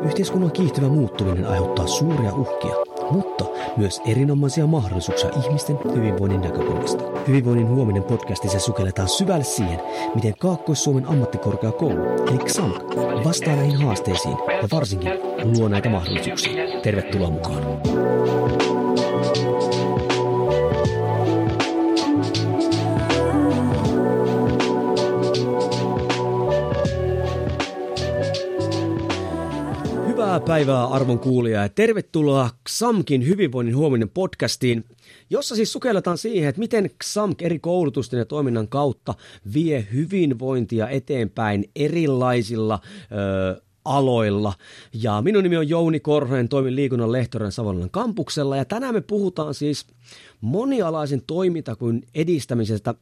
Yhteiskunnan kiihtyvä muuttuminen aiheuttaa suuria uhkia, mutta myös erinomaisia mahdollisuuksia ihmisten hyvinvoinnin näkökulmasta. Hyvinvoinnin huominen podcastissa sukelletaan syvälle siihen, miten Kaakkois-Suomen ammattikorkeakoulu, eli XAMK, vastaa näihin haasteisiin ja varsinkin luo näitä mahdollisuuksia. Tervetuloa mukaan! Hyvää päivää arvon kuulija ja tervetuloa XAMKin hyvinvoinnin huominen podcastiin, jossa siis sukelletaan siihen, että miten XAMK eri koulutusten ja toiminnan kautta vie hyvinvointia eteenpäin erilaisilla aloilla. Ja minun nimi on Jouni Korhonen, toimin liikunnan lehtorina Savonlinnan kampuksella ja tänään me puhutaan siis monialaisen toimintakyvyn edistämisestä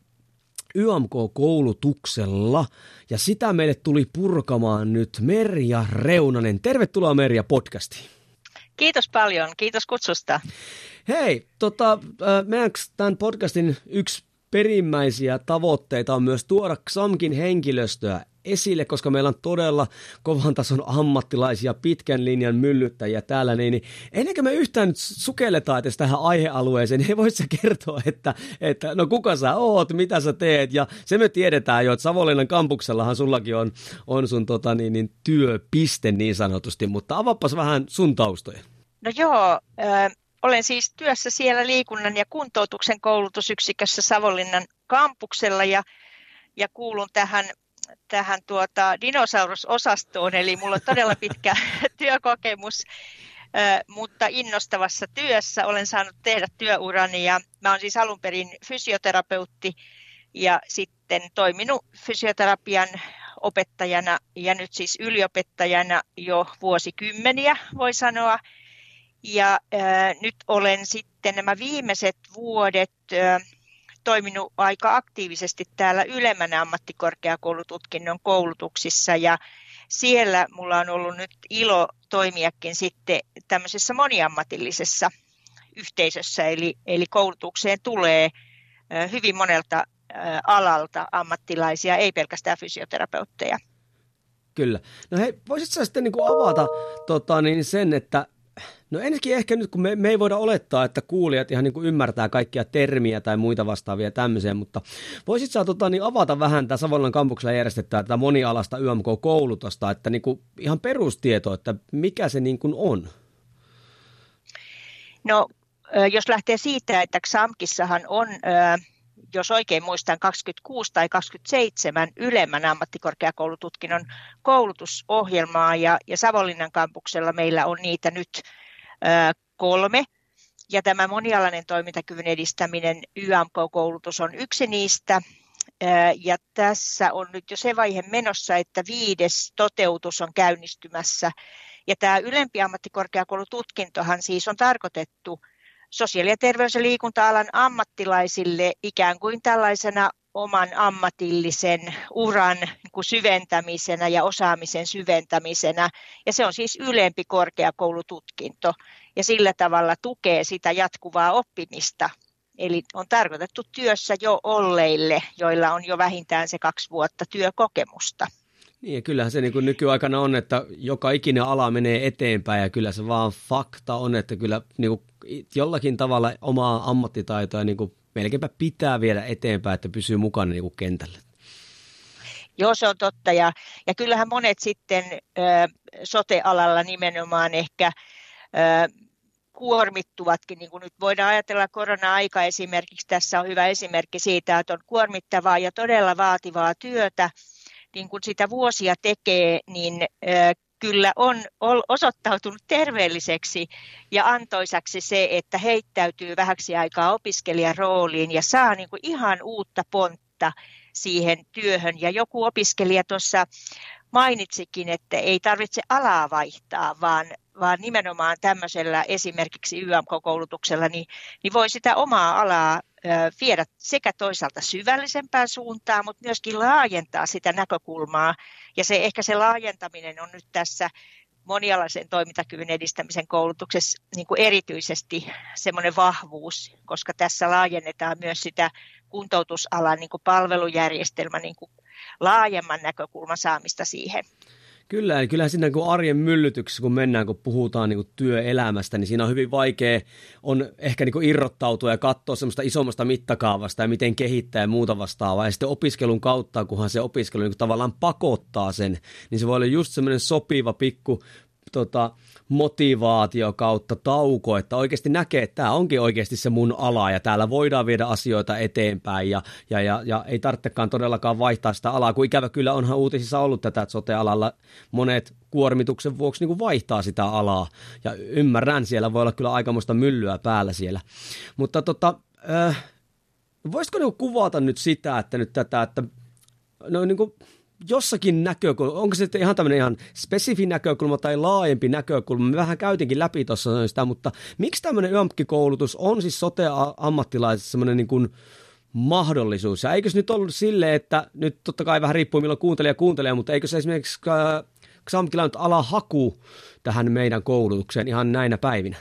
YMK-koulutuksella, ja sitä meille tuli purkamaan nyt Merja Reunanen. Tervetuloa Merja podcastiin. Kiitos paljon, kiitos kutsusta. Hei, meidän tämän podcastin yksi perimmäisiä tavoitteita on myös tuoda XAMKin henkilöstöä esille, koska meillä on todella kovan tason ammattilaisia, pitkän linjan myllyttäjiä täällä, niin ennen kuin me yhtään nyt sukelletaan edes tähän aihealueeseen, niin voit sä kertoa, että no kuka sä oot, mitä sä teet, ja se me tiedetään jo, että Savonlinnan kampuksellahan sullakin on sun työpiste niin sanotusti, mutta avaappas vähän sun taustoja. No joo, olen siis työssä siellä liikunnan ja kuntoutuksen koulutusyksikössä Savonlinnan kampuksella ja kuulun tähän dinosaurusosastoon, eli mulla on todella pitkä työkokemus, mutta innostavassa työssä olen saanut tehdä työurani ja mä oon siis alun perin fysioterapeutti ja sitten toiminut fysioterapian opettajana ja nyt siis yliopettajana jo vuosikymmeniä voi sanoa. Ja nyt olen sitten nämä viimeiset vuodet toiminut aika aktiivisesti täällä ylemmän ammattikorkeakoulututkinnon koulutuksissa ja siellä mulla on ollut nyt ilo toimiakin sitten tämmöisessä moniammatillisessa yhteisössä, eli koulutukseen tulee hyvin monelta alalta ammattilaisia, ei pelkästään fysioterapeutteja. Kyllä. No hei, voisitko sä sitten avata sen, että no ensinnäkin ehkä nyt, kun me ei voida olettaa, että kuulijat ihan ymmärtää kaikkia termiä tai muita vastaavia tämmöisiä, mutta voisit sä avata vähän tämä Savonlinnan kampuksella järjestetään tätä monialasta YMK-koulutusta, että ihan perustieto, että mikä se on? No, jos lähtee siitä, että XAMKissahan on, jos oikein muistan, 26 tai 27 ylemmän ammattikorkeakoulututkinnon koulutusohjelmaa ja Savonlinnan kampuksella meillä on niitä nyt 3. Ja tämä monialainen toimintakyvyn edistäminen, YMK-koulutus on yksi niistä. Ja tässä on nyt jo se vaihe menossa, että 5. toteutus on käynnistymässä. Ja tämä ylempi ammattikorkeakoulututkintohan siis on tarkoitettu sosiaali- ja terveys- ja liikunta-alan ammattilaisille ikään kuin tällaisena oman ammatillisen uran syventämisenä ja osaamisen syventämisenä. Ja se on siis ylempi korkeakoulututkinto ja sillä tavalla tukee sitä jatkuvaa oppimista. Eli on tarkoitettu työssä jo olleille, joilla on jo vähintään se 2 vuotta työkokemusta. Niin ja kyllähän se nykyaikana on, että joka ikinen ala menee eteenpäin ja kyllä se vaan fakta on, että kyllä jollakin tavalla omaa ammattitaitoa melkeinpä pitää viedä eteenpäin, että pysyy mukana kentällä. Joo, se on totta ja kyllähän monet sitten sote-alalla nimenomaan ehkä kuormittuvatkin, niin kuin nyt voidaan ajatella korona-aika esimerkiksi, tässä on hyvä esimerkki siitä, että on kuormittavaa ja todella vaativaa työtä, niin kun sitä vuosia tekee, niin kyllä on osoittautunut terveelliseksi ja antoisaksi se, että heittäytyy vähäksi aikaa opiskelijan rooliin ja saa ihan uutta pontta siihen työhön. Ja joku opiskelija tuossa mainitsikin, että ei tarvitse alaa vaihtaa, vaan nimenomaan tämmöisellä esimerkiksi YMK-koulutuksella niin voi sitä omaa alaa viedä sekä toisaalta syvällisempään suuntaan, mutta myöskin laajentaa sitä näkökulmaa. Ja ehkä se laajentaminen on nyt tässä monialaisen toimintakyvyn edistämisen koulutuksessa erityisesti semmoinen vahvuus, koska tässä laajennetaan myös sitä kuntoutusalan palvelujärjestelmän laajemman näkökulman saamista siihen. Kyllä, eli kyllähän siinä niin arjen myllytyksessä, kun mennään, kun puhutaan niin kuin työelämästä, niin siinä on hyvin vaikea on ehkä niin kuin irrottautua ja katsoa semmoista isommasta mittakaavasta ja miten kehittää ja muuta vastaavaa. Ja sitten opiskelun kautta, kunhan se opiskelu niin kuin tavallaan pakottaa sen, niin se voi olla just semmoinen sopiva pikku motivaatio kautta tauko, että oikeasti näkee, että tämä onkin oikeasti se mun ala ja täällä voidaan viedä asioita eteenpäin ja ei tarvitsekaan todellakaan vaihtaa sitä alaa, kun ikävä kyllä onhan uutisissa ollut tätä, että sote-alalla monet kuormituksen vuoksi niin kuin vaihtaa sitä alaa ja ymmärrän, siellä voi olla kyllä aikamoista myllyä päällä siellä, mutta voisiko niin kuvata nyt sitä, että nyt tätä, että no niin kuin jossakin näkökulma, onko se ihan tämmöinen ihan spesifi näkökulma tai laajempi näkökulma, me vähän käytinkin läpi tuossa sitä, mutta miksi tämmöinen YAMK-koulutus on siis sote-ammattilaisessa semmoinen niin kuin mahdollisuus, ja eikö se nyt ollut silleen, että nyt totta kai vähän riippuu milloin kuuntelee, mutta eikö se esimerkiksi XAMKilla nyt ala haku tähän meidän koulutukseen ihan näinä päivinä?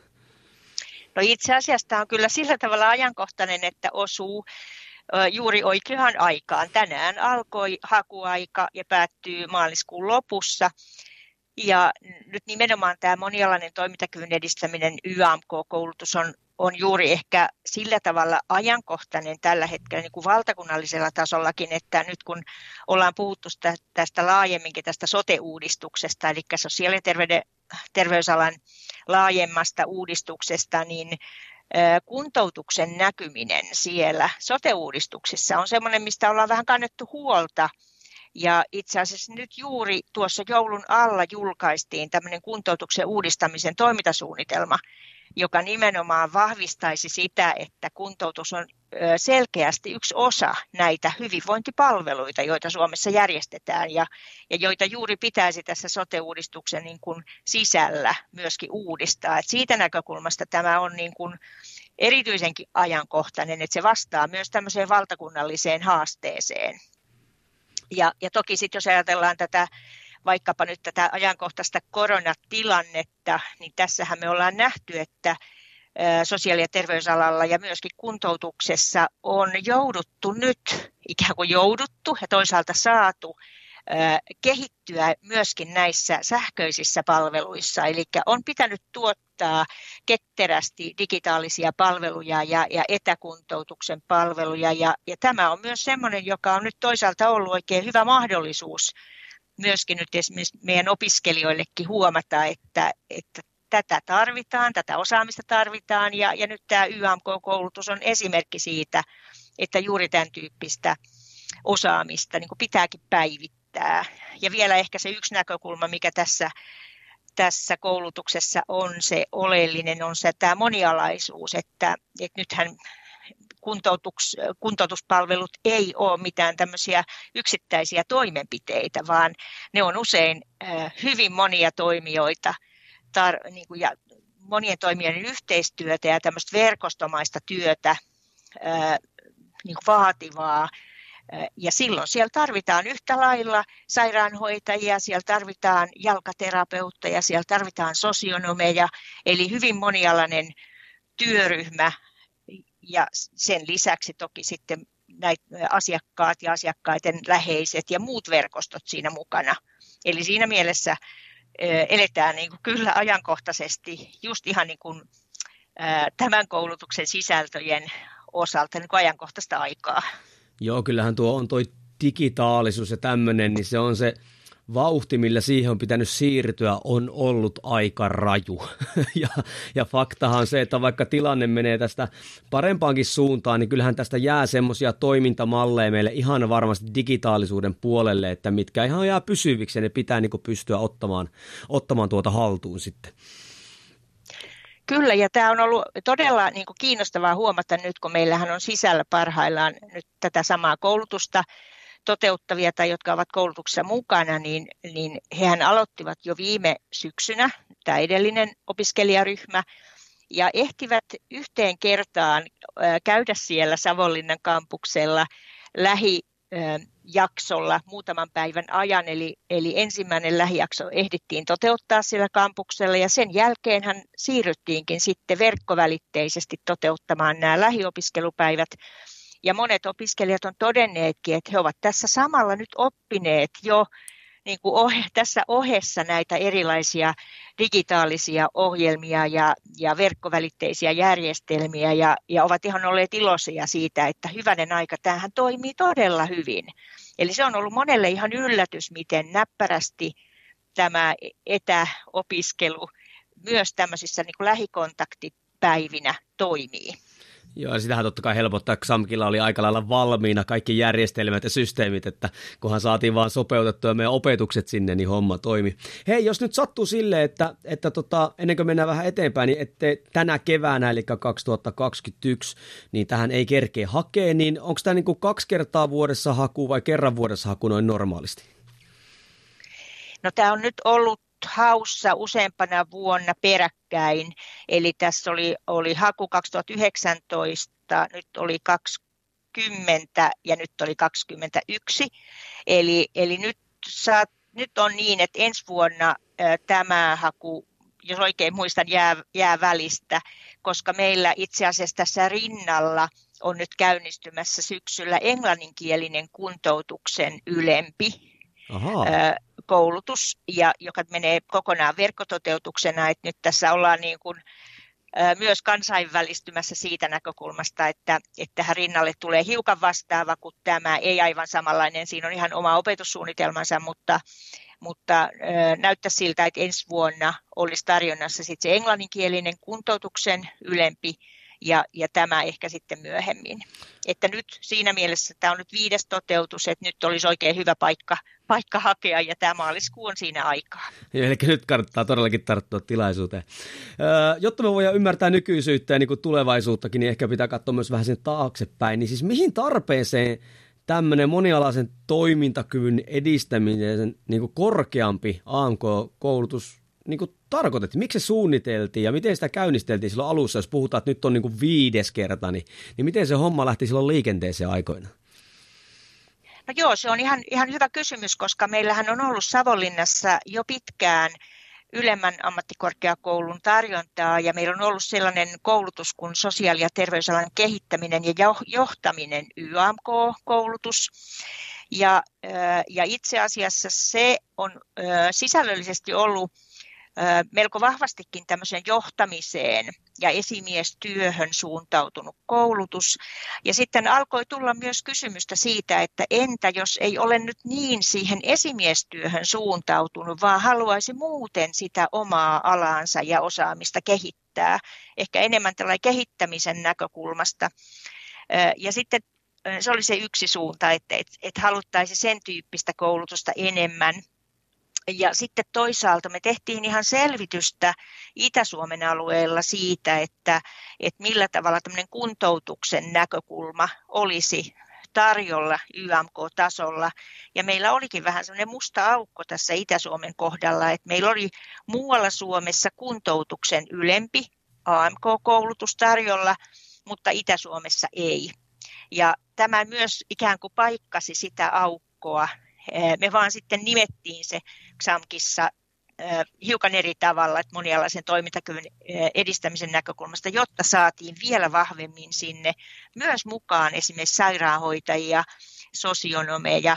No itse asiassa tämä on kyllä sillä tavalla ajankohtainen, että osuu juuri oikeaan aikaan. Tänään alkoi hakuaika ja päättyy maaliskuun lopussa. Ja nyt nimenomaan tämä monialainen toimintakyvyn edistäminen YAMK-koulutus on juuri ehkä sillä tavalla ajankohtainen tällä hetkellä niin kuin valtakunnallisella tasollakin, että nyt kun ollaan puhuttu tästä laajemminkin tästä sote-uudistuksesta, eli sosiaali- ja terveysalan laajemmasta uudistuksesta, niin kuntoutuksen näkyminen siellä sote-uudistuksissa on semmoinen, mistä ollaan vähän kannettu huolta. Ja itse asiassa nyt juuri tuossa joulun alla julkaistiin tämmöinen kuntoutuksen uudistamisen toimintasuunnitelma, joka nimenomaan vahvistaisi sitä, että kuntoutus on selkeästi yksi osa näitä hyvinvointipalveluita, joita Suomessa järjestetään ja joita juuri pitäisi tässä sote-uudistuksen niin kuin sisällä myöskin uudistaa. Et siitä näkökulmasta tämä on niin kuin erityisenkin ajankohtainen, että se vastaa myös tämmöiseen valtakunnalliseen haasteeseen. Ja toki sitten jos ajatellaan vaikkapa nyt tätä ajankohtaista koronatilannetta, niin tässähän me ollaan nähty, että sosiaali- ja terveysalalla ja myöskin kuntoutuksessa on ikään kuin jouduttu ja toisaalta saatu kehittyä myöskin näissä sähköisissä palveluissa. Eli on pitänyt tuottaa ketterästi digitaalisia palveluja ja etäkuntoutuksen palveluja. Ja tämä on myös sellainen, joka on nyt toisaalta ollut oikein hyvä mahdollisuus myöskin nyt esimerkiksi meidän opiskelijoillekin huomata, että tätä tarvitaan, tätä osaamista tarvitaan ja nyt tämä YAMK-koulutus on esimerkki siitä, että juuri tämän tyyppistä osaamista niin kuin pitääkin päivittää. Ja vielä ehkä se yksi näkökulma, mikä tässä koulutuksessa on se oleellinen, on se tämä monialaisuus, että nythän kuntoutuspalvelut ei ole mitään tämmöisiä yksittäisiä toimenpiteitä, vaan ne on usein hyvin monia toimijoita ja monien toimijoiden yhteistyötä ja tämmöistä verkostomaista työtä niin kuin vaativaa. Ja silloin siellä tarvitaan yhtä lailla sairaanhoitajia, siellä tarvitaan jalkaterapeutteja, siellä tarvitaan sosionomeja, eli hyvin monialainen työryhmä. Ja sen lisäksi toki sitten näitä asiakkaat ja asiakkaiden läheiset ja muut verkostot siinä mukana. Eli siinä mielessä eletään niin kuin kyllä ajankohtaisesti just ihan niin kuin tämän koulutuksen sisältöjen osalta niin kuin ajankohtaista aikaa. Joo, kyllähän tuo on toi digitaalisuus ja tämmöinen, niin se on se vauhti, millä siihen on pitänyt siirtyä, on ollut aika raju. ja faktahan on se, että vaikka tilanne menee tästä parempaankin suuntaan, niin kyllähän tästä jää semmoisia toimintamalleja meille ihan varmasti digitaalisuuden puolelle, että mitkä ihan jää pysyviksi ja ne pitää niin kuin pystyä ottamaan tuota haltuun sitten. Kyllä, ja tämä on ollut todella niin kuin kiinnostavaa huomata nyt, kun meillähän on sisällä parhaillaan nyt tätä samaa koulutusta toteuttavia tai jotka ovat koulutuksessa mukana, niin hehän aloittivat jo viime syksynä, tämä edellinen opiskelijaryhmä, ja ehtivät yhteen kertaan käydä siellä Savonlinnan kampuksella lähijaksolla muutaman päivän ajan, eli ensimmäinen lähijakso ehdittiin toteuttaa siellä kampuksella, ja sen jälkeenhän siirryttiinkin sitten verkkovälitteisesti toteuttamaan nämä lähiopiskelupäivät. Ja monet opiskelijat on todenneetkin, että he ovat tässä samalla nyt oppineet jo niin kuin tässä ohessa näitä erilaisia digitaalisia ohjelmia ja verkkovälitteisiä järjestelmiä ja ovat ihan olleet iloisia siitä, että hyvänen aika, tämähän toimii todella hyvin. Eli se on ollut monelle ihan yllätys, miten näppärästi tämä etäopiskelu myös tämmöisissä niin kuin lähikontaktipäivinä toimii. Joo, ja sitähän totta kai helpottaa, kun XAMKilla oli aika lailla valmiina kaikki järjestelmät ja systeemit, että kunhan saatiin vaan sopeutettua meidän opetukset sinne, niin homma toimi. Hei, jos nyt sattuu silleen, että ennen kuin mennään vähän eteenpäin, niin ette tänä keväänä, eli 2021, niin tähän ei kerkeä hakea, niin onko tämä niin kuin 2 kertaa vuodessa haku vai kerran vuodessa haku noin normaalisti? No tämä on nyt ollut haussa useampana vuonna peräkkäin, eli tässä oli haku 2019, nyt oli 20 ja nyt oli 21, eli nyt on niin, että ensi vuonna tämä haku, jos oikein muistan, jää välistä, koska meillä itse asiassa tässä rinnalla on nyt käynnistymässä syksyllä englanninkielinen kuntoutuksen ylempi koulutus, joka menee kokonaan verkkototeutuksena, että nyt tässä ollaan niin kuin myös kansainvälistymässä siitä näkökulmasta, että tähän rinnalle tulee hiukan vastaava kuin tämä, ei aivan samanlainen, siinä on ihan oma opetussuunnitelmansa, mutta näyttää siltä, että ensi vuonna olisi tarjonnassa sitten se englanninkielinen kuntoutuksen ylempi ja tämä ehkä sitten myöhemmin. Että nyt siinä mielessä tämä on nyt 5. toteutus, että nyt olisi oikein hyvä paikka hakea ja tämä maaliskuu on siinä aikaa. Eli nyt kannattaa todellakin tarttua tilaisuuteen. Jotta me voidaan ymmärtää nykyisyyttä ja niin kuin tulevaisuuttakin, niin ehkä pitää katsoa myös vähän sen taaksepäin. Niin siis mihin tarpeeseen tämmöinen monialaisen toimintakyvyn edistäminen, niin kuin korkeampi AMK-koulutus niin kuin tarkoitettiin? Miksi se suunniteltiin ja miten sitä käynnisteltiin silloin alussa, jos puhutaan, että nyt on niin kuin 5. kerta, niin miten se homma lähti silloin liikenteeseen aikoina? No joo, se on ihan hyvä kysymys, koska meillähän on ollut Savonlinnassa jo pitkään ylemmän ammattikorkeakoulun tarjontaa ja meillä on ollut sellainen koulutus kuin sosiaali- ja terveysalan kehittäminen ja johtaminen YAMK-koulutus. Ja itse asiassa se on sisällöllisesti ollut melko vahvastikin tämmöiseen johtamiseen ja esimiestyöhön suuntautunut koulutus. Ja sitten alkoi tulla myös kysymystä siitä, että entä jos ei ole nyt niin siihen esimiestyöhön suuntautunut, vaan haluaisi muuten sitä omaa alaansa ja osaamista kehittää, ehkä enemmän tällainen kehittämisen näkökulmasta. Ja sitten se oli se yksi suunta, että haluttaisiin sen tyyppistä koulutusta enemmän. Ja sitten toisaalta me tehtiin ihan selvitystä Itä-Suomen alueella siitä, että millä tavalla tämmöinen kuntoutuksen näkökulma olisi tarjolla YAMK-tasolla. Ja meillä olikin vähän semmoinen musta aukko tässä Itä-Suomen kohdalla, että meillä oli muualla Suomessa kuntoutuksen ylempi AMK-koulutus tarjolla, mutta Itä-Suomessa ei. Ja tämä myös ikään kuin paikkasi sitä aukkoa. Me vaan sitten nimettiin se XAMKissa hiukan eri tavalla, että monialaisen toimintakyvyn edistämisen näkökulmasta, jotta saatiin vielä vahvemmin sinne myös mukaan esimerkiksi sairaanhoitajia, sosionomeja,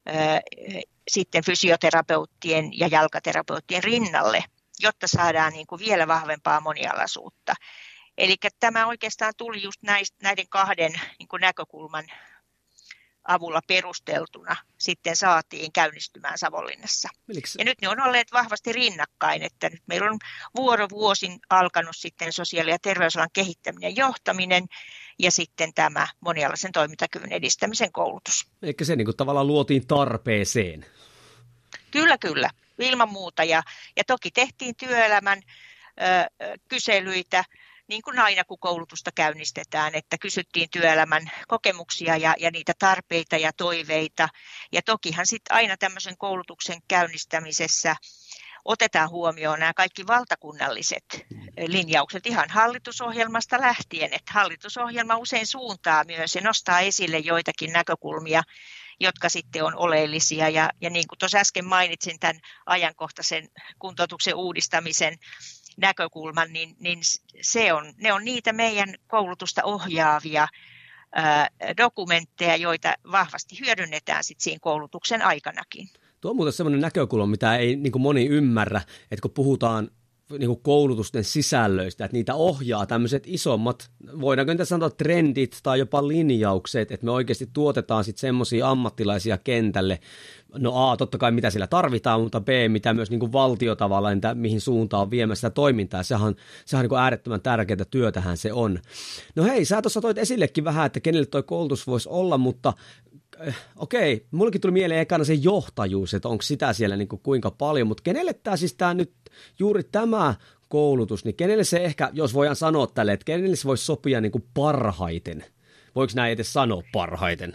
sitten fysioterapeuttien ja jalkaterapeuttien rinnalle, jotta saadaan niin kuin vielä vahvempaa monialaisuutta. Eli tämä oikeastaan tuli just näiden 2 niin kuin näkökulman avulla perusteltuna sitten saatiin käynnistymään Savonlinnassa. Ja nyt ne on olleet vahvasti rinnakkain, että nyt meillä on vuorovuosin alkanut sitten sosiaali- ja terveysalan kehittäminen ja johtaminen ja sitten tämä monialaisen toimintakyvyn edistämisen koulutus. Eikä se niin kuin tavallaan luotiin tarpeeseen? Kyllä, ilman muuta. Ja toki tehtiin työelämän kyselyitä, niin kuin aina kun koulutusta käynnistetään, että kysyttiin työelämän kokemuksia ja niitä tarpeita ja toiveita. Ja tokihan sitten aina tämmöisen koulutuksen käynnistämisessä otetaan huomioon nämä kaikki valtakunnalliset linjaukset ihan hallitusohjelmasta lähtien. Että hallitusohjelma usein suuntaa myös ja nostaa esille joitakin näkökulmia, jotka sitten on oleellisia. Ja niin kuin tuossa äsken mainitsin tämän ajankohtaisen kuntoutuksen uudistamisen näkökulman, niin ne on niitä meidän koulutusta ohjaavia dokumentteja, joita vahvasti hyödynnetään sit siinä koulutuksen aikanakin. Tuo on muuten semmoinen näkökulma, mitä ei niin kuin moni ymmärrä, että kun puhutaan niin kuin koulutusten sisällöistä, että niitä ohjaa tämmöiset isommat, voidaanko niitä sanoa trendit tai jopa linjaukset, että me oikeasti tuotetaan sitten semmoisia ammattilaisia kentälle, no A, totta kai mitä siellä tarvitaan, mutta B, mitä myös niin kuin valtio tavallaan, mihin suuntaan on viemässä sitä toimintaa, sehän on niin kuin äärettömän tärkeää työtähän se on. No hei, sä tuossa toit esillekin vähän, että kenelle toi koulutus voisi olla, mutta okei, mullekin tuli mieleen ekana se johtajuus, että onko sitä siellä niin kuin kuinka paljon, mutta kenelle tämä nyt juuri tämä koulutus, niin kenelle se ehkä, jos voidaan sanoa tälle, että kenelle se voisi sopia niin kuin parhaiten? Voiko näin edes sanoa parhaiten?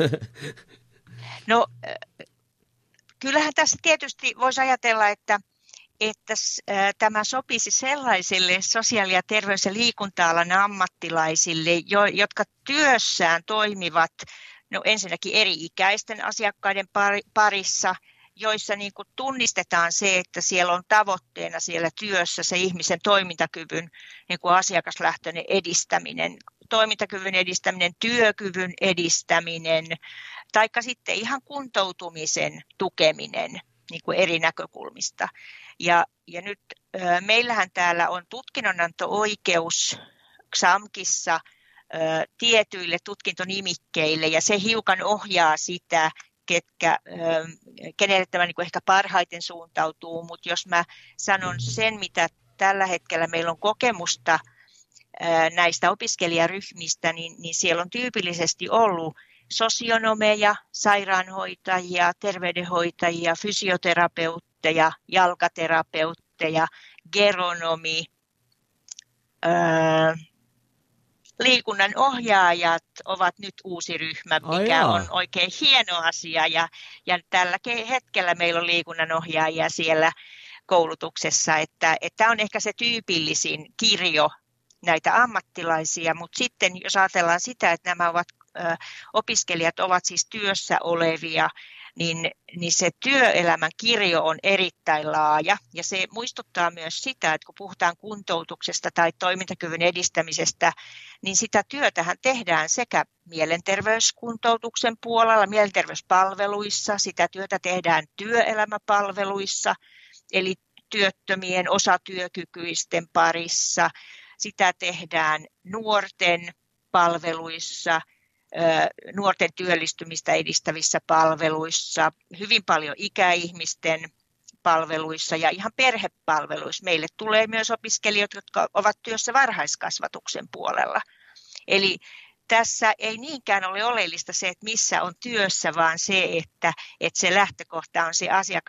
No kyllähän tässä tietysti voisi ajatella, että tämä sopisi sellaisille sosiaali- ja terveys- ja liikunta-alan ammattilaisille, jotka työssään toimivat ensinnäkin eri-ikäisten asiakkaiden parissa, joissa niin kuin tunnistetaan se, että siellä on tavoitteena siellä työssä se ihmisen toimintakyvyn niin kuin asiakaslähtöinen edistäminen, toimintakyvyn edistäminen, työkyvyn edistäminen, taikka sitten ihan kuntoutumisen tukeminen niin kuin eri näkökulmista. Ja nyt meillähän täällä on tutkinnonanto-oikeus XAMKissa tietyille tutkintonimikkeille, ja se hiukan ohjaa sitä, kenelle tämä niin kuin ehkä parhaiten suuntautuu, mutta jos mä sanon sen, mitä tällä hetkellä meillä on kokemusta näistä opiskelijaryhmistä, niin siellä on tyypillisesti ollut sosionomeja, sairaanhoitajia, terveydenhoitajia, fysioterapeutteja, jalkaterapeutteja, geronomi, liikunnan ohjaajat ovat nyt uusi ryhmä, mikä on oikein hieno asia. Ja tällä hetkellä meillä on liikunnan ohjaajia siellä koulutuksessa, että on ehkä se tyypillisin kirjo näitä ammattilaisia, mutta sitten jos ajatellaan sitä, että nämä opiskelijat ovat siis työssä olevia, niin se työelämän kirjo on erittäin laaja, ja se muistuttaa myös sitä, että kun puhutaan kuntoutuksesta tai toimintakyvyn edistämisestä, niin sitä työtähän tehdään sekä mielenterveyskuntoutuksen puolella, mielenterveyspalveluissa, sitä työtä tehdään työelämäpalveluissa, eli työttömien osatyökykyisten parissa, sitä tehdään nuorten palveluissa, nuorten työllistymistä edistävissä palveluissa, hyvin paljon ikäihmisten palveluissa ja ihan perhepalveluissa. Meille tulee myös opiskelijoita, jotka ovat työssä varhaiskasvatuksen puolella. Eli tässä ei niinkään ole oleellista se, että missä on työssä, vaan se, että se lähtökohta on se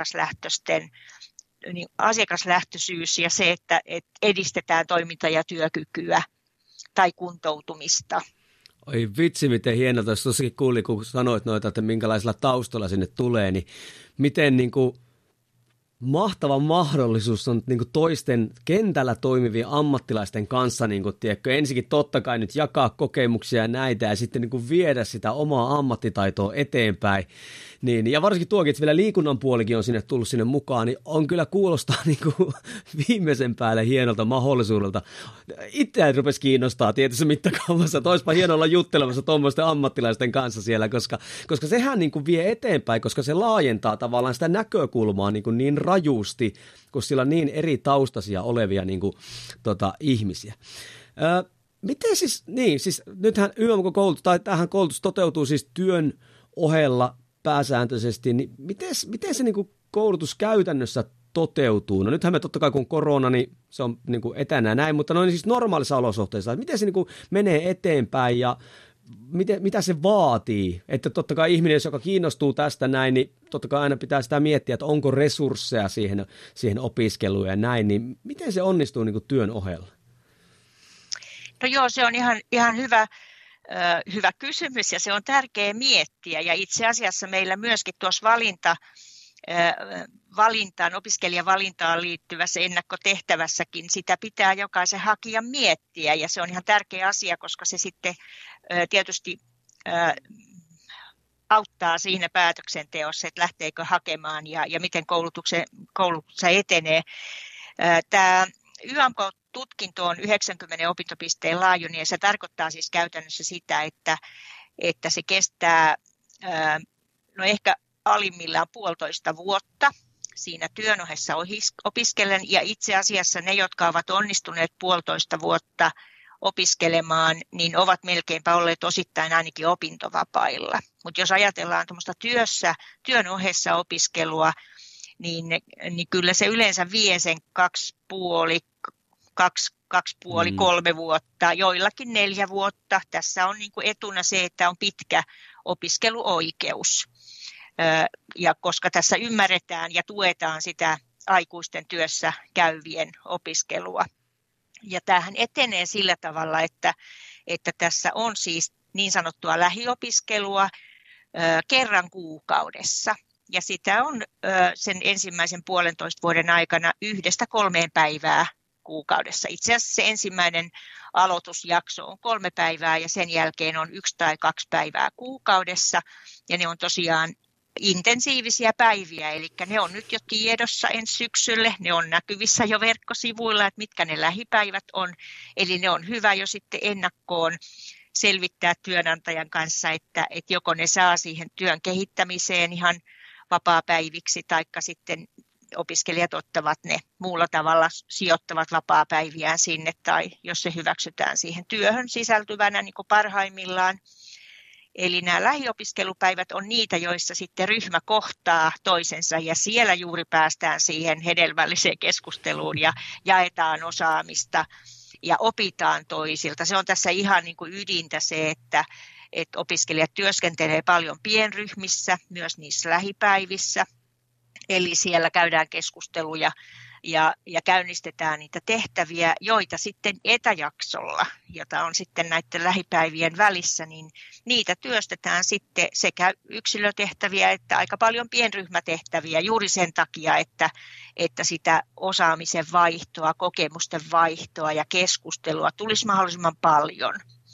asiakaslähtöisyys ja se, että edistetään toiminta- ja työkykyä tai kuntoutumista. Oi vitsi, miten hienolta, jos tosikin kuuli, kun sanoit noita, että minkälaisella taustalla sinne tulee, niin miten niin kuin mahtava mahdollisuus on niin kuin toisten kentällä toimivien ammattilaisten kanssa, niin kuin, tiedätkö, ensinnäkin totta kai nyt jakaa kokemuksia ja näitä ja sitten niin kuin viedä sitä omaa ammattitaitoa eteenpäin. Niin, ja varsinkin tuokin, että vielä liikunnan puolikin on sinne tullut sinne mukaan, niin on kyllä kuulostaa niin kuin viimeisen päälle hienolta mahdollisuudelta. Itseään rupesi kiinnostaa tietyssä mittakaavassa, että olisipa hienoa olla juttelemassa tuommoisten ammattilaisten kanssa siellä, koska sehän niin kuin vie eteenpäin, koska se laajentaa tavallaan sitä näkökulmaa niin rajusti, kun sillä on niin eri taustaisia olevia niin kuin, ihmisiä. Miten siis, nythän YMK-koulutus, tai tämähän koulutus toteutuu siis työn ohella pääsääntöisesti, niin miten se niin kuin koulutus käytännössä toteutuu? No nythän me totta kai kun korona, niin se on niin kuin etänä näin, mutta noin siis normaalissa olosuhteissa, että miten se niin kuin menee eteenpäin ja mitä se vaatii? Että totta kai ihminen, joka kiinnostuu tästä näin, niin totta kai aina pitää sitä miettiä, että onko resursseja siihen opiskeluun ja näin, niin miten se onnistuu niin kuin työn ohella? No joo, se on ihan hyvä kysymys ja se on tärkeä miettiä, ja itse asiassa meillä myöskin tuossa opiskelijavalintaan liittyvässä ennakkotehtävässäkin sitä pitää jokaisen hakijan miettiä, ja se on ihan tärkeä asia, koska se sitten tietysti auttaa siinä päätöksenteossa, että lähteekö hakemaan ja miten koulutuksessa etenee. Tämä YMK-tutkinto on 90 opintopisteen laajuinen, ja se tarkoittaa siis käytännössä sitä, että se kestää ehkä alimmillaan 1,5 vuotta siinä työn ohessa opiskellen, ja itse asiassa ne, jotka ovat onnistuneet 1,5 vuotta opiskelemaan, niin ovat melkeinpä olleet osittain ainakin opintovapailla. Mutta jos ajatellaan tuommoista työn ohessa opiskelua, niin kyllä se yleensä vie sen 2,5-3 vuotta, joillakin 4 vuotta. Tässä on niin kuin etuna se, että on pitkä opiskeluoikeus. Ja koska tässä ymmärretään ja tuetaan sitä aikuisten työssä käyvien opiskelua. Ja tämähän etenee sillä tavalla, että tässä on siis niin sanottua lähiopiskelua kerran kuukaudessa. Ja sitä on sen ensimmäisen 1,5 vuoden aikana 1-3 päivää kuukaudessa. Itse asiassa se ensimmäinen aloitusjakso on 3 päivää ja sen jälkeen on 1 tai 2 päivää kuukaudessa. Ja ne on tosiaan intensiivisiä päiviä, eli ne on nyt jo tiedossa ensi syksylle, ne on näkyvissä jo verkkosivuilla, että mitkä ne lähipäivät on. Eli ne on hyvä jo sitten ennakkoon selvittää työnantajan kanssa, että joko ne saa siihen työn kehittämiseen ihan vapaapäiviksi, taikka sitten opiskelijat ottavat ne muulla tavalla, sijoittavat vapaapäiviään sinne, tai jos se hyväksytään siihen työhön sisältyvänä niin kuin parhaimmillaan. Eli nämä lähiopiskelupäivät on niitä, joissa sitten ryhmä kohtaa toisensa ja siellä juuri päästään siihen hedelmälliseen keskusteluun ja jaetaan osaamista ja opitaan toisilta. Se on tässä ihan niin kuin ydintä se, että opiskelijat työskentelee paljon pienryhmissä, myös niissä lähipäivissä. Eli siellä käydään keskusteluja ja käynnistetään niitä tehtäviä, joita sitten etäjaksolla, jota on sitten näiden lähipäivien välissä, niin niitä työstetään sitten sekä yksilötehtäviä että aika paljon pienryhmätehtäviä juuri sen takia, että sitä osaamisen vaihtoa, kokemusten vaihtoa ja keskustelua tulisi mahdollisimman paljon.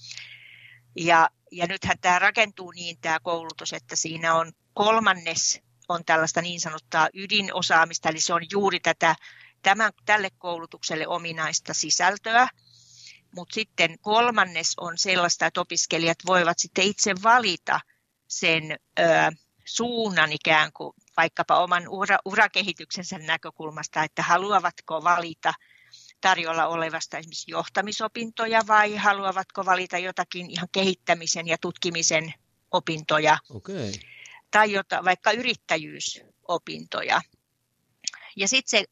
Ja nythän tämä rakentuu niin tämä koulutus, että siinä on 1/3 on tällaista niin sanottua ydinosaamista, eli se on juuri tälle koulutukselle ominaista sisältöä, mutta sitten 1/3 on sellaista, että opiskelijat voivat sitten itse valita sen suunnan ikään kuin vaikkapa oman urakehityksensä näkökulmasta, että haluavatko valita tarjolla olevasta esimerkiksi johtamisopintoja vai haluavatko valita jotakin ihan kehittämisen ja tutkimisen opintoja. Okay. Tai vaikka yrittäjyysopintoja. Ja sitten se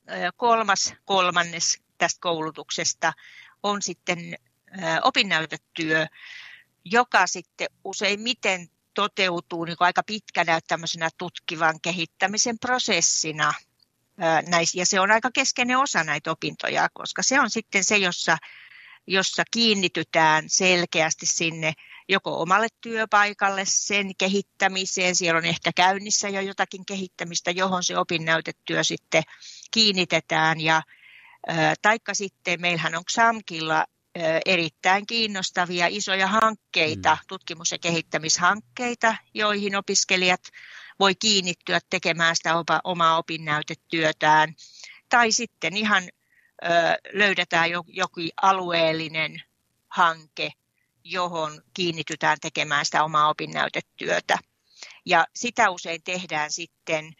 3/3 tästä koulutuksesta on sitten opinnäytetyö, joka sitten useimmiten toteutuu niin kuin aika pitkänä tämmöisenä tutkivan kehittämisen prosessina. Ja se on aika keskeinen osa näitä opintoja, koska se on sitten se, jossa kiinnitytään selkeästi sinne joko omalle työpaikalle, sen kehittämiseen, siellä on ehkä käynnissä jo jotakin kehittämistä, johon se opinnäytetyö sitten kiinnitetään. Taikka sitten meillähän on XAMKilla erittäin kiinnostavia isoja hankkeita, tutkimus- ja kehittämishankkeita, joihin opiskelijat voi kiinnittyä tekemään sitä omaa opinnäytetyötään. Tai sitten ihan löydetään joku alueellinen hanke, johon kiinnitytään tekemään sitä omaa opinnäytetyötä. Ja sitä usein tehdään sitten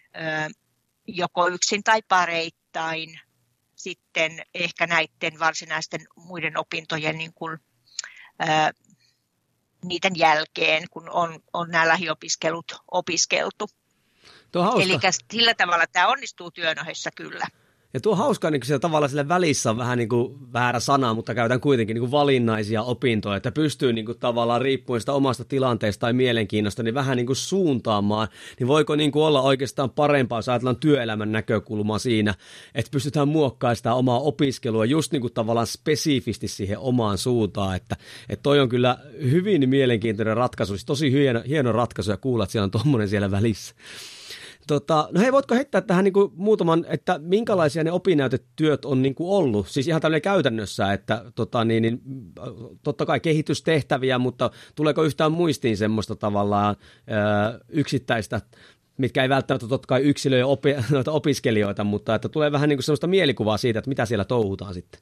joko yksin tai pareittain sitten ehkä näiden varsinaisten muiden opintojen niin kuin, niiden jälkeen, kun on nämä lähiopiskelut opiskeltu. Eli sillä tavalla tämä onnistuu työn ohessa kyllä. Ja tuo on hauskaa, niin siellä tavallaan sillä välissä on vähän niin kuin väärä sana, mutta käytän kuitenkin niin kuin valinnaisia opintoja, että pystyy niin kuin tavallaan riippuen sitä omasta tilanteesta tai mielenkiinnosta, niin vähän niin kuin suuntaamaan. Niin voiko niin kuin olla oikeastaan parempaa, jos ajatellaan työelämän näkökulmaa siinä, että pystytään muokkaamaan sitä omaa opiskelua just niin kuin tavallaan spesifisti siihen omaan suuntaan, että toi on kyllä hyvin mielenkiintoinen ratkaisu, siis tosi hieno ratkaisu ja kuulla, että siellä on tommoinen siellä välissä. No hei, voitko heittää tähän niin kuin muutaman, että minkälaisia ne opinnäytetyöt on niin kuin ollut? Siis ihan tällainen käytännössä, että totta kai kehitystehtäviä, mutta tuleeko yhtään muistiin semmoista tavallaan yksittäistä, mitkä ei välttämättä totta kai yksilöjä opiskelijoita, mutta että tulee vähän niin kuin semmoista mielikuvaa siitä, että mitä siellä touhutaan sitten?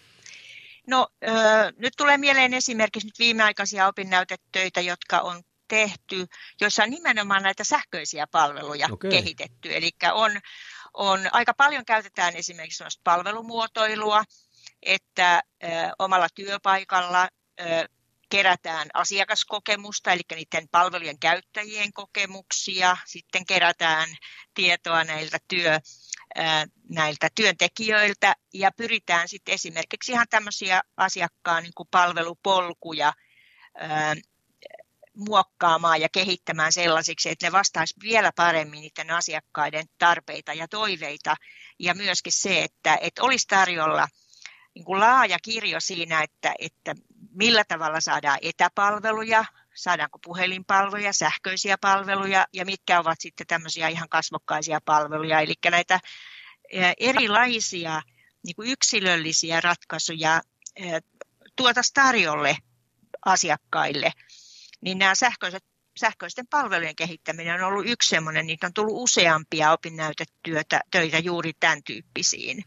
No nyt tulee mieleen esimerkiksi nyt viimeaikaisia opinnäytetöitä, jotka on tehty, joissa on nimenomaan näitä sähköisiä palveluja kehitetty. Eli on aika paljon käytetään esimerkiksi sellaista palvelumuotoilua, että omalla työpaikalla kerätään asiakaskokemusta, eli niiden palvelujen käyttäjien kokemuksia, sitten kerätään tietoa näiltä työntekijöiltä ja pyritään sitten esimerkiksi ihan tämmöisiä asiakkaan niin kuin palvelupolkuja muokkaamaan ja kehittämään sellaisiksi, että ne vastaisivat vielä paremmin niiden asiakkaiden tarpeita ja toiveita. Ja myöskin se, että olisi tarjolla niin kuin laaja kirjo siinä, että millä tavalla saadaan etäpalveluja, saadaanko puhelinpalveluja, sähköisiä palveluja ja mitkä ovat sitten tämmöisiä ihan kasvokkaisia palveluja. Eli näitä erilaisia niin kuin yksilöllisiä ratkaisuja tuotaisiin tarjolle asiakkaille, niin nämä sähköisten palvelujen kehittäminen on ollut yksi semmoinen, niitä on tullut useampia opinnäytetöitä juuri tämän tyyppisiin.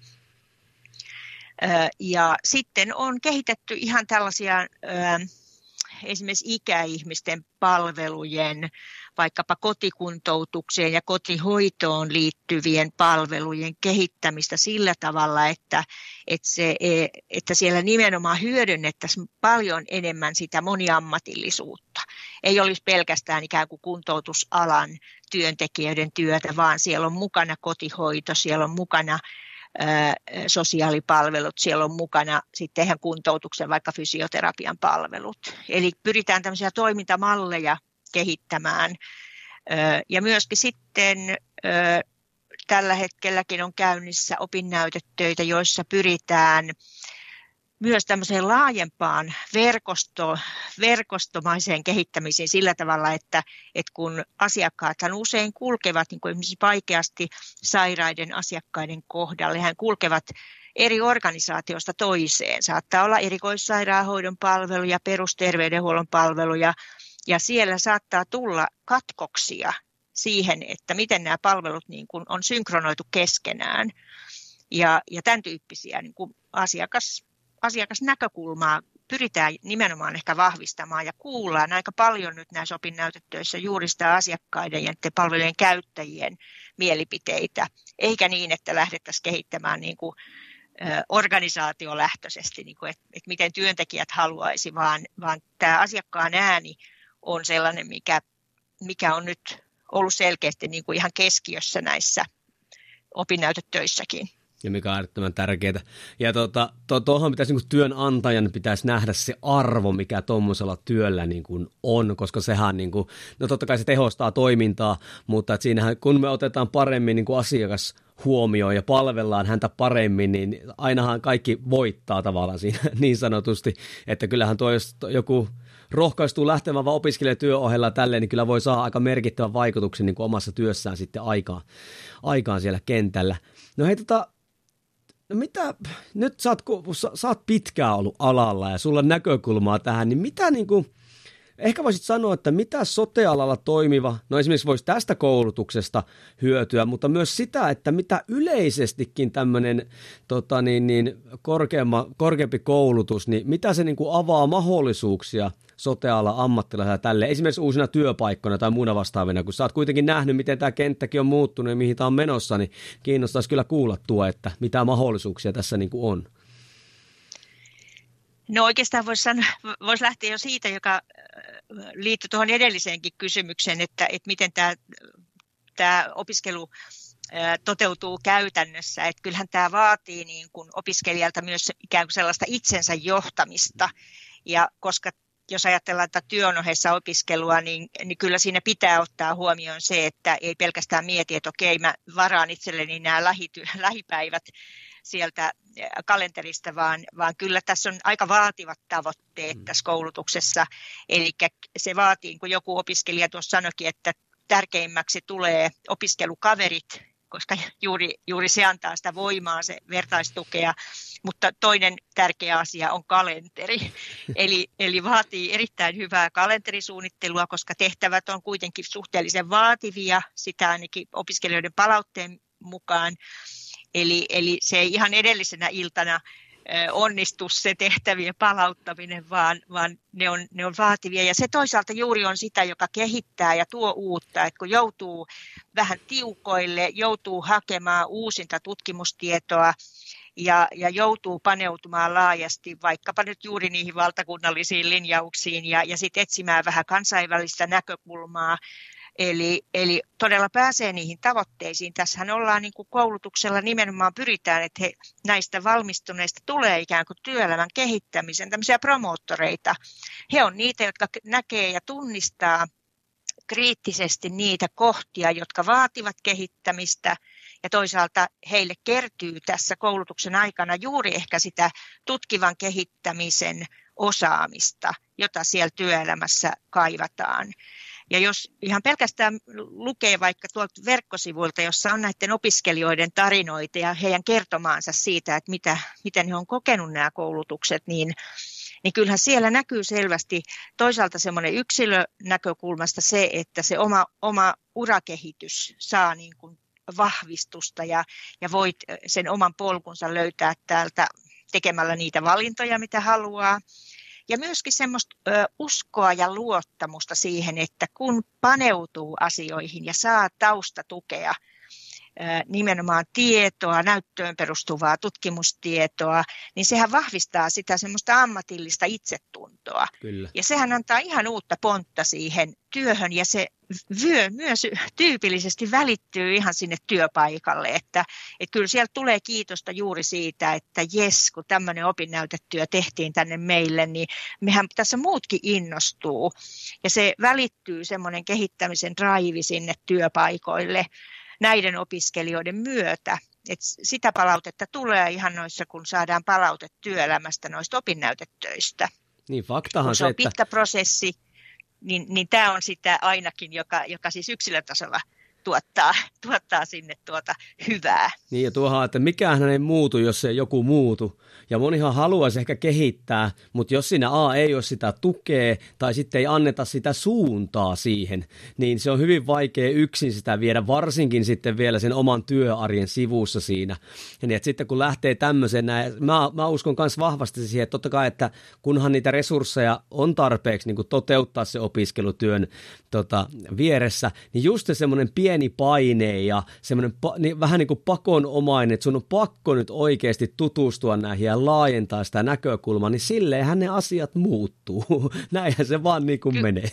Ja sitten on kehitetty ihan tällaisia esimerkiksi ikäihmisten palvelujen, vaikkapa kotikuntoutukseen ja kotihoitoon liittyvien palvelujen kehittämistä sillä tavalla, että siellä nimenomaan hyödynnettäisiin paljon enemmän sitä moniammatillisuutta. Ei olisi pelkästään ikään kuin kuntoutusalan työntekijöiden työtä, vaan siellä on mukana kotihoito, siellä on mukana sosiaalipalvelut, siellä on mukana sitten ihan kuntoutuksen, vaikka fysioterapian palvelut. Eli pyritään tämmöisiä toimintamalleja kehittämään. Ja myöskin sitten tällä hetkelläkin on käynnissä opinnäytetöitä, joissa pyritään myös tämmöiseen laajempaan verkostomaiseen kehittämiseen sillä tavalla, että kun asiakkaathan usein kulkevat niin kuin esimerkiksi vaikeasti sairaiden asiakkaiden kohdalle, hän kulkevat eri organisaatioista toiseen. Saattaa olla erikoissairaanhoidon palveluja, perusterveydenhuollon palveluja ja siellä saattaa tulla katkoksia siihen, että miten nämä palvelut niin kuin on synkronoitu keskenään ja tämän tyyppisiä niin kuin asiakasnäkökulmaa pyritään nimenomaan ehkä vahvistamaan ja kuullaan aika paljon nyt näissä opinnäytetöissä juuri sitä asiakkaiden ja palvelujen käyttäjien mielipiteitä, eikä niin, että lähdettäisiin kehittämään niin kuin organisaatiolähtöisesti, niin kuin, että miten työntekijät haluaisi, vaan tämä asiakkaan ääni on sellainen, mikä on nyt ollut selkeästi niin kuin ihan keskiössä näissä opinnäytetöissäkin. Ja mikä on äärettömän tärkeää. Ja tuohon pitäisi niin kuin työnantajan pitäisi nähdä se arvo, mikä tuommoisella työllä niin kuin on, koska sehän, niin kuin, no totta kai se tehostaa toimintaa, mutta siinähän kun me otetaan paremmin niin kuin asiakas huomioon ja palvellaan häntä paremmin, niin ainahan kaikki voittaa tavallaan siinä niin sanotusti, että kyllähän tuo, jos joku rohkaistuu lähtemään vaan opiskelijatyön ohella tälleen, niin kyllä voi saada aika merkittävän vaikutuksen niin kuin omassa työssään sitten aikaan siellä kentällä. No hei no mitä, nyt sä oot pitkään ollut alalla ja sulla on näkökulmaa tähän, niin mitä niin kuin, ehkä voisit sanoa, että mitä sote-alalla toimiva, no esimerkiksi voisi tästä koulutuksesta hyötyä, mutta myös sitä, että mitä yleisestikin tämmöinen korkeampi koulutus, niin mitä se niin kuin avaa mahdollisuuksia sote-alan ammattilaisilla tälle, esimerkiksi uusina työpaikkoina tai muuna vastaavina, kun sä oot kuitenkin nähnyt, miten tämä kenttäkin on muuttunut ja mihin tämä on menossa, niin kiinnostaisi kyllä kuulla että mitä mahdollisuuksia tässä niin kuin on. No oikeastaan voisi lähteä jo siitä, joka liittyy tuohon edelliseenkin kysymykseen, että miten tämä opiskelu toteutuu käytännössä. Että kyllähän tämä vaatii niin kuin opiskelijalta myös ikään kuin sellaista itsensä johtamista, ja koska jos ajatellaan tätä työn ohessa opiskelua, niin kyllä siinä pitää ottaa huomioon se, että ei pelkästään mieti, että okei, mä varaan itselleni nämä lähipäivät sieltä kalenterista, vaan kyllä tässä on aika vaativat tavoitteet tässä koulutuksessa. Eli se vaatii, niin kuin joku opiskelija tuossa sanoikin, että tärkeimmäksi tulee opiskelukaverit, koska juuri se antaa sitä voimaa, se vertaistukea. Mutta toinen tärkeä asia on kalenteri. Eli vaatii erittäin hyvää kalenterisuunnittelua, koska tehtävät on kuitenkin suhteellisen vaativia, sitä ainakin opiskelijoiden palautteen mukaan. Eli se ei ihan edellisenä iltana onnistu se tehtävien palauttaminen, vaan ne on vaativia. Ja se toisaalta juuri on sitä, joka kehittää ja tuo uutta, että kun joutuu vähän tiukoille, joutuu hakemaan uusinta tutkimustietoa ja joutuu paneutumaan laajasti vaikkapa nyt juuri niihin valtakunnallisiin linjauksiin ja sitten etsimään vähän kansainvälistä näkökulmaa. Eli todella pääsee niihin tavoitteisiin. Tässähän ollaan niin kuin koulutuksella nimenomaan pyritään, että näistä valmistuneista tulee ikään kuin työelämän kehittämisen tämmöisiä promoottoreita. He on niitä, jotka näkee ja tunnistaa kriittisesti niitä kohtia, jotka vaativat kehittämistä. Ja toisaalta heille kertyy tässä koulutuksen aikana juuri ehkä sitä tutkivan kehittämisen osaamista, jota siellä työelämässä kaivataan. Ja jos ihan pelkästään lukee vaikka tuolta verkkosivuilta, jossa on näiden opiskelijoiden tarinoita ja heidän kertomaansa siitä, että miten he on kokenut nämä koulutukset, niin kyllähän siellä näkyy selvästi toisaalta semmoinen yksilönäkökulmasta se, että se oma urakehitys saa niin kuin vahvistusta ja voit sen oman polkunsa löytää täältä tekemällä niitä valintoja, mitä haluaa. Ja myöskin semmoista uskoa ja luottamusta siihen, että kun paneutuu asioihin ja saa taustatukea, nimenomaan tietoa, näyttöön perustuvaa tutkimustietoa, niin sehän vahvistaa sitä semmoista ammatillista itsetuntoa. Kyllä. Ja sehän antaa ihan uutta pontta siihen työhön ja se myös tyypillisesti välittyy ihan sinne työpaikalle, että kyllä sieltä tulee kiitosta juuri siitä, että jes, kun tämmöinen opinnäytetyö tehtiin tänne meille, niin mehän tässä muutkin innostuu ja se välittyy semmoinen kehittämisen drive sinne työpaikoille näiden opiskelijoiden myötä. Et sitä palautetta tulee ihan noissa, kun saadaan palaute työelämästä noista opinnäytetöistä. Niin faktahan kun se, on pitkä prosessi, niin tämä on sitä ainakin, joka siis yksilötasolla tuottaa sinne hyvää. Niin ja tuohan, että mikään ei muutu, jos ei joku muutu. Ja monihan haluaisi ehkä kehittää, mutta jos siinä ei ole sitä tukea tai sitten ei anneta sitä suuntaa siihen, niin se on hyvin vaikea yksin sitä viedä, varsinkin sitten vielä sen oman työarjen sivussa siinä. Ja niin, että sitten kun lähtee tämmöiseen, mä uskon myös vahvasti siihen, että totta kai, että kunhan niitä resursseja on tarpeeksi niin kuin toteuttaa se opiskelutyön vieressä, niin just semmoinen pieni paine ja semmoinen vähän niin kuin pakonomainen, että sun on pakko nyt oikeasti tutustua näihin ja laajentaa sitä näkökulmaa, niin silleenhän ne asiat muuttuu. Näinhän se vaan niin kuin menee.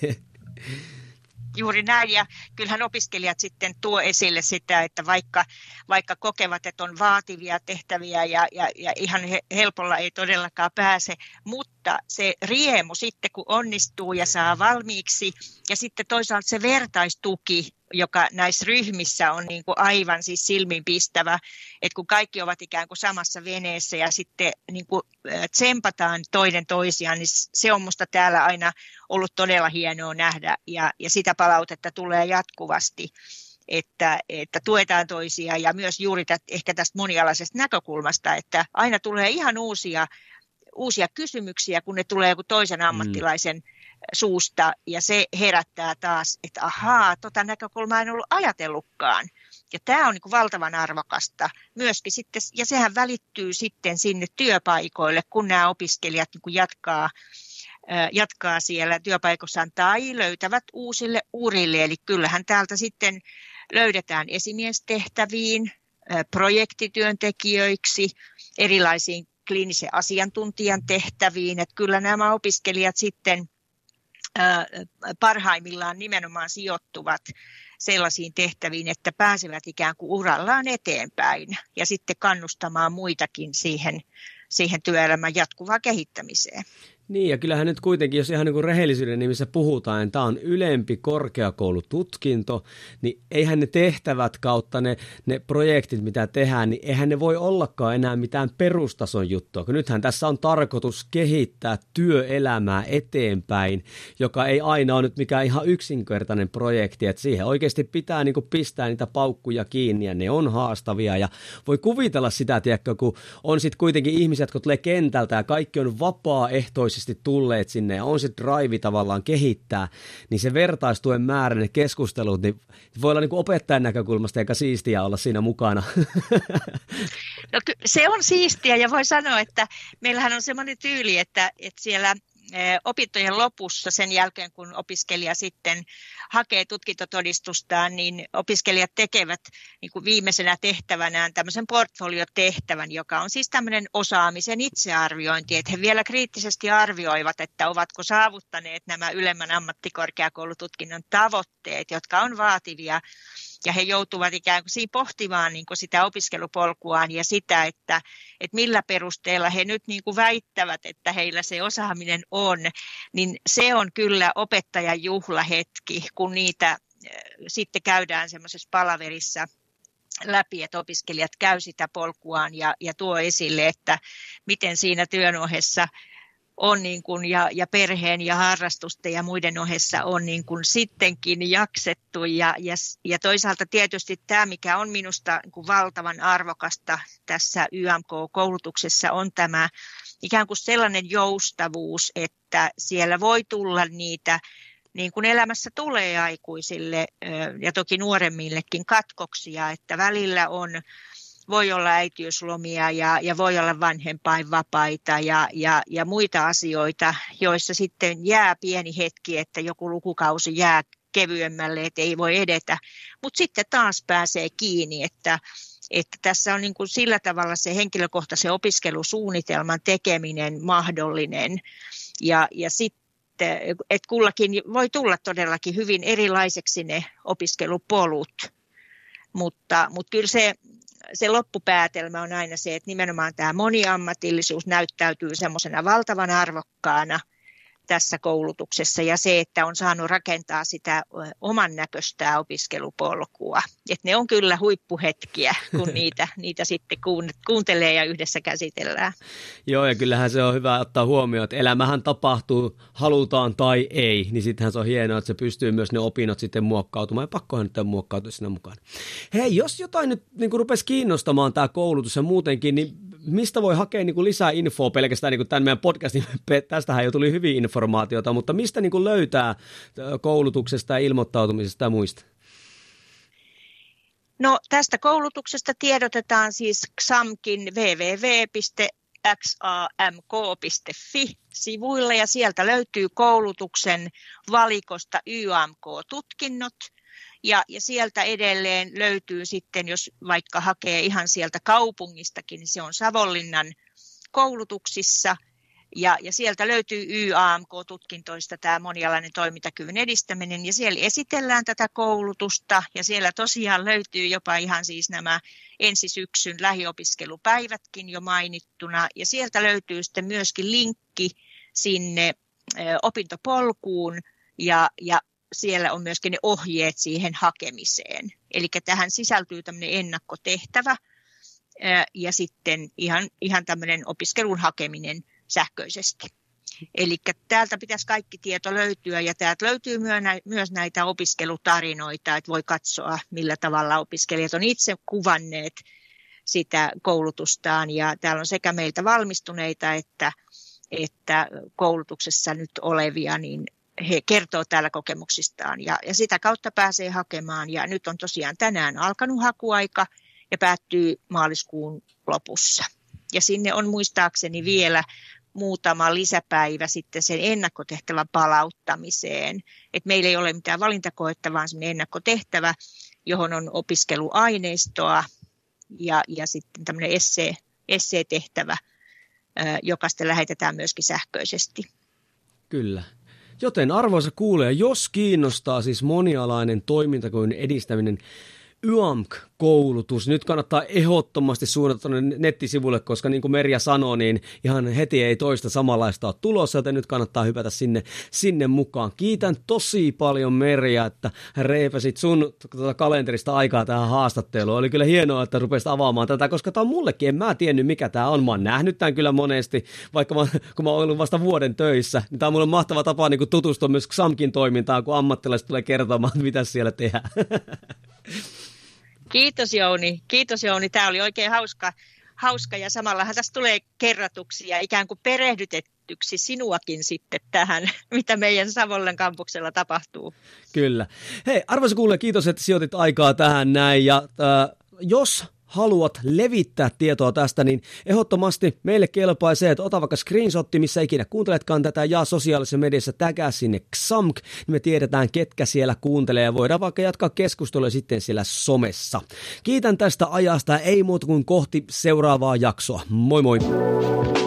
Juuri näin, ja kyllähän opiskelijat sitten tuo esille sitä, että vaikka kokevat, että on vaativia tehtäviä ja ihan helpolla ei todellakaan pääse, mutta se riemu sitten, kun onnistuu ja saa valmiiksi, ja sitten toisaalta se vertaistuki, joka näissä ryhmissä on niin kuin aivan siis silmiinpistävä, että kun kaikki ovat ikään kuin samassa veneessä ja sitten niin kuin tsempataan toinen toisiaan, niin se on musta täällä aina ollut todella hienoa nähdä ja sitä palautetta tulee jatkuvasti, että tuetaan toisia ja myös juuri ehkä tästä monialaisesta näkökulmasta, että aina tulee ihan uusia kysymyksiä, kun ne tulee joku toisen ammattilaisen suusta ja se herättää taas, että ahaa, tota näkökulmaa en ollut ajatellutkaan. Ja tämä on niin kuin valtavan arvokasta myöskin sitten, ja sehän välittyy sitten sinne työpaikoille, kun nämä opiskelijat niin kuin jatkaa siellä työpaikossaan tai löytävät uusille urille. Eli kyllähän täältä sitten löydetään esimiestehtäviin, projektityöntekijöiksi, erilaisiin kliinisen asiantuntijan tehtäviin, että kyllä nämä opiskelijat sitten parhaimmillaan nimenomaan sijoittuvat sellaisiin tehtäviin, että pääsevät ikään kuin urallaan eteenpäin ja sitten kannustamaan muitakin siihen työelämän jatkuvaan kehittämiseen. Niin, ja kyllähän nyt kuitenkin, jos ihan niin kuin rehellisyyden nimissä puhutaan, niin tämä on ylempi korkeakoulututkinto, niin eihän ne tehtävät kautta ne projektit, mitä tehdään, niin eihän ne voi ollakaan enää mitään perustason juttua, kun nythän tässä on tarkoitus kehittää työelämää eteenpäin, joka ei aina ole nyt mikään ihan yksinkertainen projekti, että siihen oikeasti pitää niin kuin pistää niitä paukkuja kiinni, ja ne on haastavia, ja voi kuvitella sitä, tiedätkö, kun on sitten kuitenkin ihmiset, jotka tulee kentältä, ja kaikki on vapaaehtoisesti iloisesti tulleet sinne ja on se drive tavallaan kehittää, niin se vertaistuen määrä, ne keskustelut, niin voi olla niin kuin opettajan näkökulmasta aika siistiä olla siinä mukana. No, se on siistiä ja voi sanoa, että meillähän on semmoinen tyyli, että siellä opintojen lopussa sen jälkeen, kun opiskelija sitten hakee tutkintotodistustaan, niin opiskelijat tekevät niin kuin viimeisenä tehtävänään tämmöisen portfoliotehtävän, joka on siis tämmöinen osaamisen itsearviointi, että he vielä kriittisesti arvioivat, että ovatko saavuttaneet nämä ylemmän ammattikorkeakoulututkinnon tavoitteet, jotka on vaativia. Ja he joutuvat ikään kuin siinä pohtimaan niin kuin sitä opiskelupolkuaan ja sitä, että millä perusteella he nyt niin kuin väittävät, että heillä se osaaminen on, niin se on kyllä opettajan juhlahetki, kun niitä sitten käydään semmoisessa palaverissa läpi, että opiskelijat käy sitä polkuaan ja tuo esille, että miten siinä työn ohessa on niin kuin, ja perheen ja harrastusten ja muiden ohessa on niin kuin sittenkin jaksettu. Ja toisaalta tietysti tämä, mikä on minusta niin kuin valtavan arvokasta tässä YMK-koulutuksessa, on tämä ikään kuin sellainen joustavuus, että siellä voi tulla niitä, niin kuin elämässä tulee aikuisille ja toki nuoremmillekin katkoksia, että välillä voi olla äitiyslomia ja voi olla vanhempainvapaita ja muita asioita, joissa sitten jää pieni hetki, että joku lukukausi jää kevyemmälle, että ei voi edetä. Mutta sitten taas pääsee kiinni, että tässä on niin kuin sillä tavalla se henkilökohtaisen opiskelusuunnitelman tekeminen mahdollinen. Ja sitten, että kullakin voi tulla todellakin hyvin erilaiseksi ne opiskelupolut, mutta kyllä se loppupäätelmä on aina se, että nimenomaan tämä moniammatillisuus näyttäytyy semmoisena valtavan arvokkaana tässä koulutuksessa ja se, että on saanut rakentaa sitä oman näköistä opiskelupolkua. Että ne on kyllä huippuhetkiä, kun niitä sitten kuuntelee ja yhdessä käsitellään. Joo, ja kyllähän se on hyvä ottaa huomioon, että elämähän tapahtuu, halutaan tai ei, niin sittenhän se on hienoa, että se pystyy myös ne opinnot sitten muokkautumaan, ja pakkohan nyt muokkautua siinä mukaan. Hei, jos jotain nyt niin rupesi kiinnostamaan tämä koulutus ja muutenkin, niin mistä voi hakea niin kuin lisää infoa pelkästään niin kuin tämän meidän podcastin, tästähän jo tuli hyviä informaatiota, mutta mistä niin kuin löytää koulutuksesta ja ilmoittautumisesta ja muista? No tästä koulutuksesta tiedotetaan siis XAMKin www.xamk.fi-sivuilla ja sieltä löytyy koulutuksen valikosta YAMK-tutkinnot. Ja sieltä edelleen löytyy sitten, jos vaikka hakee ihan sieltä kaupungistakin, niin se on Savonlinnan koulutuksissa. Ja sieltä löytyy YAMK-tutkintoista tämä monialainen toimintakyvyn edistäminen. Ja siellä esitellään tätä koulutusta ja siellä tosiaan löytyy jopa ihan siis nämä ensi syksyn lähiopiskelupäivätkin jo mainittuna. Ja sieltä löytyy sitten myöskin linkki sinne opintopolkuun ja siellä on myöskin ne ohjeet siihen hakemiseen. Eli tähän sisältyy tämmöinen ennakkotehtävä ja sitten ihan tämmöinen opiskelun hakeminen sähköisesti. Eli täältä pitäisi kaikki tieto löytyä ja täältä löytyy myös näitä opiskelutarinoita, että voi katsoa millä tavalla opiskelijat on itse kuvanneet sitä koulutustaan. Ja täällä on sekä meiltä valmistuneita että koulutuksessa nyt olevia, niin he kertoo täällä kokemuksistaan ja sitä kautta pääsee hakemaan. Ja nyt on tosiaan tänään alkanut hakuaika ja päättyy maaliskuun lopussa. Ja sinne on muistaakseni vielä muutama lisäpäivä sitten sen ennakkotehtävän palauttamiseen. Et meillä ei ole mitään valintakoetta, vaan semmoinen ennakkotehtävä, johon on opiskeluaineistoa ja sitten tämmöinen esseetehtävä, joka sitten lähetetään myöskin sähköisesti. Kyllä. Joten arvoisa kuulija, jos kiinnostaa siis monialainen toimintakyvyn edistäminen, YAMK-koulutus. Nyt kannattaa ehdottomasti suunnata tuonne nettisivulle, koska niin kuin Merja sanoi, niin ihan heti ei toista samanlaista ole tulossa, joten nyt kannattaa hypätä sinne mukaan. Kiitän tosi paljon Merja, että reipäsit sun kalenterista aikaa tähän haastatteluun. Oli kyllä hienoa, että rupesit avaamaan tätä, koska tämä on mullekin, en mä tiennyt mikä tämä on. Mä oon nähnyt tämän kyllä monesti, vaikka kun mä oon ollut vasta vuoden töissä, niin tämä on mulle mahtava tapa niin kuin tutustua myös XAMKin toimintaan, kun ammattilaiset tulee kertomaan, mitä siellä tehdään. Kiitos Jouni. Tämä oli oikein hauska ja samallahan tässä tulee kerratuksi ja ikään kuin perehdytettyksi sinuakin sitten tähän, mitä meidän Savonlinnan kampuksella tapahtuu. Kyllä. Hei, arvoisa kuulija, kiitos, että sijoitit aikaa tähän näin ja jos haluat levittää tietoa tästä, niin ehdottomasti meille kelpaa se, että ota vaikka screenshotti, missä ikinä kuunteletkaan tätä, ja sosiaalisessa mediassa tägää sinne XAMK, niin me tiedetään, ketkä siellä kuuntelee, ja voidaan vaikka jatkaa keskustelua sitten siellä somessa. Kiitän tästä ajasta, ei muuta kuin kohti seuraavaa jaksoa. Moi moi!